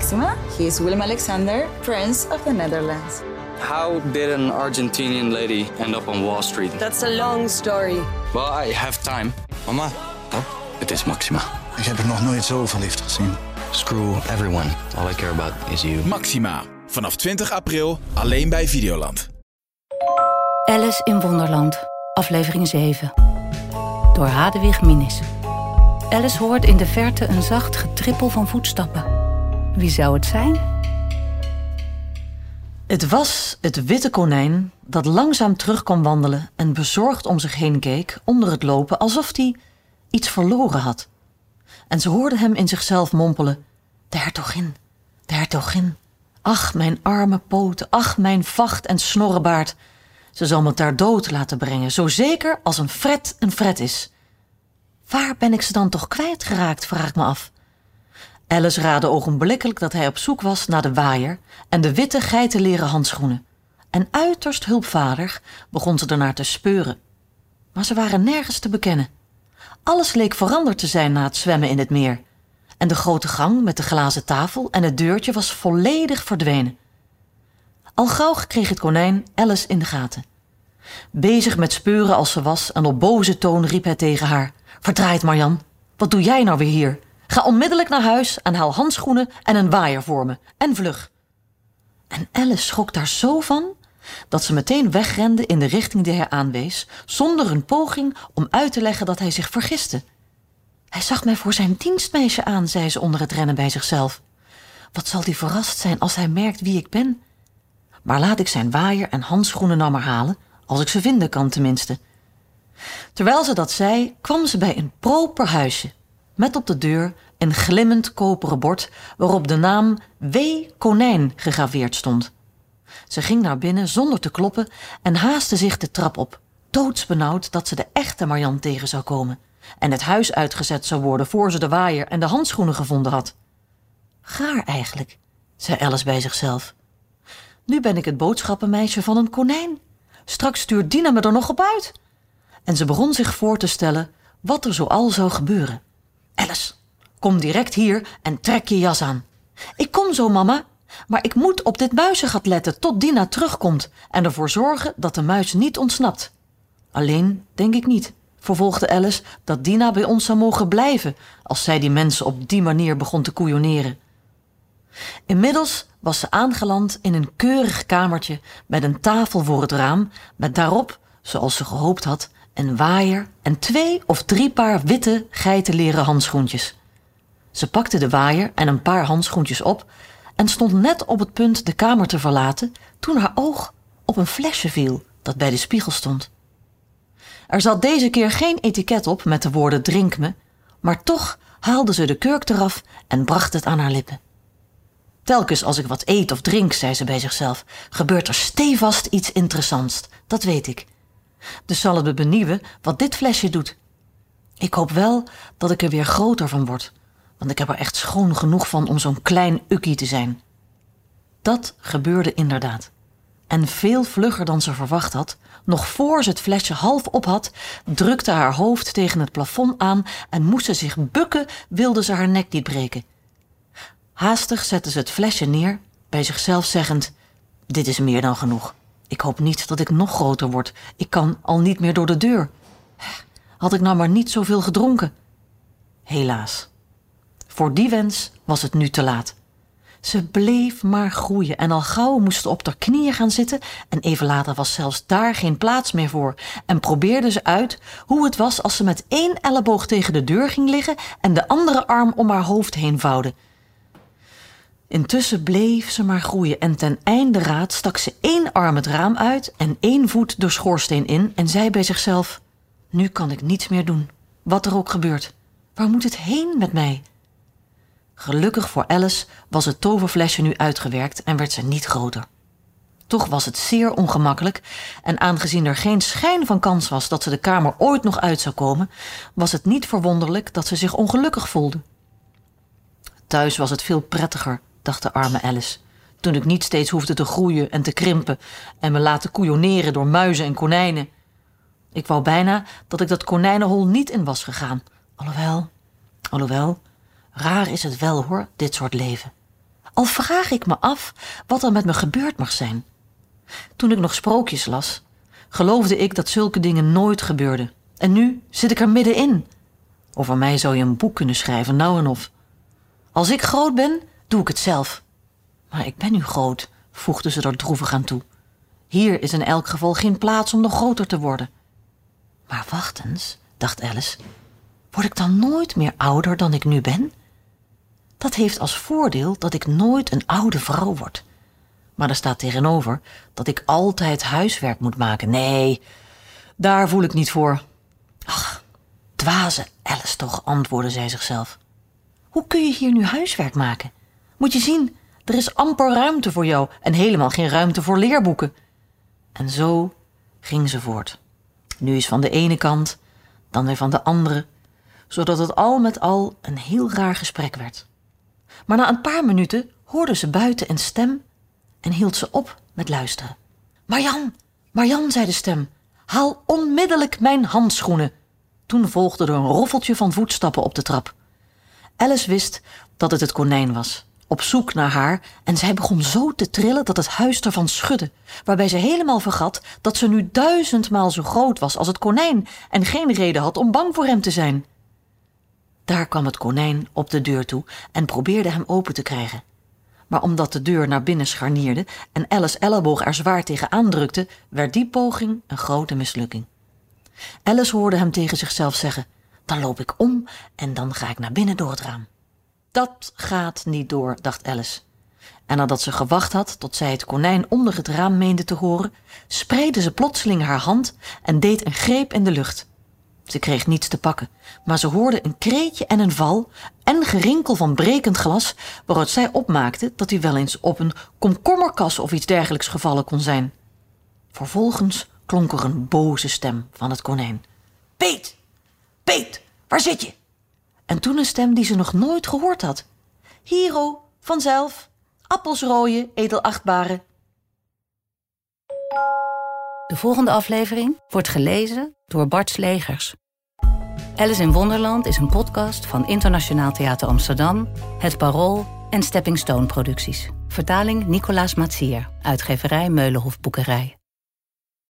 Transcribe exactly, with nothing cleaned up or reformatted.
Maxima. He is Willem-Alexander, Prince of the Netherlands. How did an Argentinian lady end up on Wall Street? That's a long story. Well, I have time. Mama, Oh, het is Maxima. ik heb er nog nooit zo verliefd gezien. Screw everyone. All I care about is you. Maxima. Vanaf twintig april alleen bij Videoland. Alice in Wonderland, aflevering zeven. Door Hadewig Minis. Alice hoort in de verte een zacht getrippel van voetstappen. Wie zou het zijn? Het was het witte konijn dat langzaam terug kwam wandelen en bezorgd om zich heen keek onder het lopen alsof hij iets verloren had. En ze hoorde hem in zichzelf mompelen: de hertogin, de hertogin. Ach, mijn arme poten, ach, mijn vacht en snorrebaard. Ze zal me daar dood laten brengen, zo zeker als een fret een fret is. Waar ben ik ze dan toch kwijtgeraakt, vraag ik me af. Alice raadde ogenblikkelijk dat hij op zoek was naar de waaier en de witte geitenleren handschoenen. En uiterst hulpvaardig begon ze ernaar te speuren. Maar ze waren nergens te bekennen. Alles leek veranderd te zijn na het zwemmen in het meer. En de grote gang met de glazen tafel en het deurtje was volledig verdwenen. Al gauw kreeg het konijn Alice in de gaten. Bezig met speuren als ze was en op boze toon riep hij tegen haar: verdraaid Marjan, wat doe jij nou weer hier? Ga onmiddellijk naar huis en haal handschoenen en een waaier voor me. En vlug. En Alice schrok daar zo van dat ze meteen wegrende in de richting die hij aanwees, zonder een poging om uit te leggen dat hij zich vergiste. Hij zag mij voor zijn dienstmeisje aan, zei ze onder het rennen bij zichzelf. Wat zal die verrast zijn als hij merkt wie ik ben? Maar laat ik zijn waaier en handschoenen nou maar halen, als ik ze vinden kan tenminste. Terwijl ze dat zei, kwam ze bij een proper huisje, met op de deur een glimmend koperen bord waarop de naam W. Konijn gegraveerd stond. Ze ging naar binnen zonder te kloppen en haastte zich de trap op, doodsbenauwd dat ze de echte Marjan tegen zou komen en het huis uitgezet zou worden voor ze de waaier en de handschoenen gevonden had. Gaar eigenlijk, zei Alice bij zichzelf. Nu ben ik het boodschappenmeisje van een konijn. Straks stuurt Dina me er nog op uit. En ze begon zich voor te stellen wat er zoal zou gebeuren. Alice, kom direct hier en trek je jas aan. Ik kom zo, mama, maar ik moet op dit muizengat letten tot Dina terugkomt en ervoor zorgen dat de muis niet ontsnapt. Alleen denk ik niet, vervolgde Alice, dat Dina bij ons zou mogen blijven als zij die mensen op die manier begon te koeioneren. Inmiddels was ze aangeland in een keurig kamertje met een tafel voor het raam, met daarop, zoals ze gehoopt had, een waaier en twee of drie paar witte geitenleren handschoentjes. Ze pakte de waaier en een paar handschoentjes op en stond net op het punt de kamer te verlaten toen haar oog op een flesje viel dat bij de spiegel stond. Er zat deze keer geen etiket op met de woorden drink me, maar toch haalde ze de kurk eraf en bracht het aan haar lippen. Telkens als ik wat eet of drink, zei ze bij zichzelf, gebeurt er stevast iets interessants, dat weet ik. Dus zal het me benieuwen wat dit flesje doet. Ik hoop wel dat ik er weer groter van word, want ik heb er echt schoon genoeg van om zo'n klein ukkie te zijn. Dat gebeurde inderdaad. En veel vlugger dan ze verwacht had, nog voor ze het flesje half op had, drukte haar hoofd tegen het plafond aan en moest ze zich bukken, wilde ze haar nek niet breken. Haastig zette ze het flesje neer, bij zichzelf zeggend: dit is meer dan genoeg. Ik hoop niet dat ik nog groter word. Ik kan al niet meer door de deur. Had ik nou maar niet zoveel gedronken. Helaas. Voor die wens was het nu te laat. Ze bleef maar groeien en al gauw moest ze op haar knieën gaan zitten en even later was zelfs daar geen plaats meer voor en probeerde ze uit hoe het was als ze met één elleboog tegen de deur ging liggen en de andere arm om haar hoofd heen vouwde. Intussen bleef ze maar groeien en ten einde raad stak ze één arm het raam uit en één voet de schoorsteen in en zei bij zichzelf: nu kan ik niets meer doen, wat er ook gebeurt. Waar moet het heen met mij? Gelukkig voor Alice was het toverflesje nu uitgewerkt en werd ze niet groter. Toch was het zeer ongemakkelijk en aangezien er geen schijn van kans was dat ze de kamer ooit nog uit zou komen, was het niet verwonderlijk dat ze zich ongelukkig voelde. Thuis was het veel prettiger, dacht de arme Alice, toen ik niet steeds hoefde te groeien en te krimpen en me laten koeioneren door muizen en konijnen. Ik wou bijna dat ik dat konijnenhol niet in was gegaan. Alhoewel, alhoewel, raar is het wel hoor, dit soort leven. Al vraag ik me af wat er met me gebeurd mag zijn. Toen ik nog sprookjes las, geloofde ik dat zulke dingen nooit gebeurden. En nu zit ik er middenin. Over mij zou je een boek kunnen schrijven, nou en of. Als ik groot ben, doe ik het zelf. Maar ik ben nu groot, voegde ze er droevig aan toe. Hier is in elk geval geen plaats om nog groter te worden. Maar wacht eens, dacht Alice. Word ik dan nooit meer ouder dan ik nu ben? Dat heeft als voordeel dat ik nooit een oude vrouw word. Maar er staat tegenover dat ik altijd huiswerk moet maken. Nee, daar voel ik niet voor. Ach, dwaze Alice toch, antwoordde zij zichzelf. Hoe kun je hier nu huiswerk maken? Moet je zien, er is amper ruimte voor jou en helemaal geen ruimte voor leerboeken. En zo ging ze voort. Nu eens van de ene kant, dan weer van de andere, zodat het al met al een heel raar gesprek werd. Maar na een paar minuten hoorde ze buiten een stem en hield ze op met luisteren. Marjan, Marjan, zei de stem, haal onmiddellijk mijn handschoenen. Toen volgde er een roffeltje van voetstappen op de trap. Alice wist dat het het konijn was, op zoek naar haar, en zij begon zo te trillen dat het huis ervan schudde, waarbij ze helemaal vergat dat ze nu duizendmaal zo groot was als het konijn en geen reden had om bang voor hem te zijn. Daar kwam het konijn op de deur toe en probeerde hem open te krijgen. Maar omdat de deur naar binnen scharnierde en Alice elleboog er zwaar tegen aandrukte, werd die poging een grote mislukking. Alice hoorde hem tegen zichzelf zeggen, dan loop ik om en dan ga ik naar binnen door het raam. Dat gaat niet door, dacht Alice. En nadat ze gewacht had tot zij het konijn onder het raam meende te horen, spreidde ze plotseling haar hand en deed een greep in de lucht. Ze kreeg niets te pakken, maar ze hoorde een kreetje en een val en gerinkel van brekend glas, waaruit zij opmaakte dat hij wel eens op een komkommerkas of iets dergelijks gevallen kon zijn. Vervolgens klonk er een boze stem van het konijn. Peet, Peet, waar zit je? En toen een stem die ze nog nooit gehoord had. Hiero, vanzelf, appels rooien, edelachtbare. De volgende aflevering wordt gelezen door Bart Slegers. Alice in Wonderland is een podcast van Internationaal Theater Amsterdam, Het Parool en Stepping Stone Producties. Vertaling Nicolaas Matsier, uitgeverij Meulenhof Boekerij.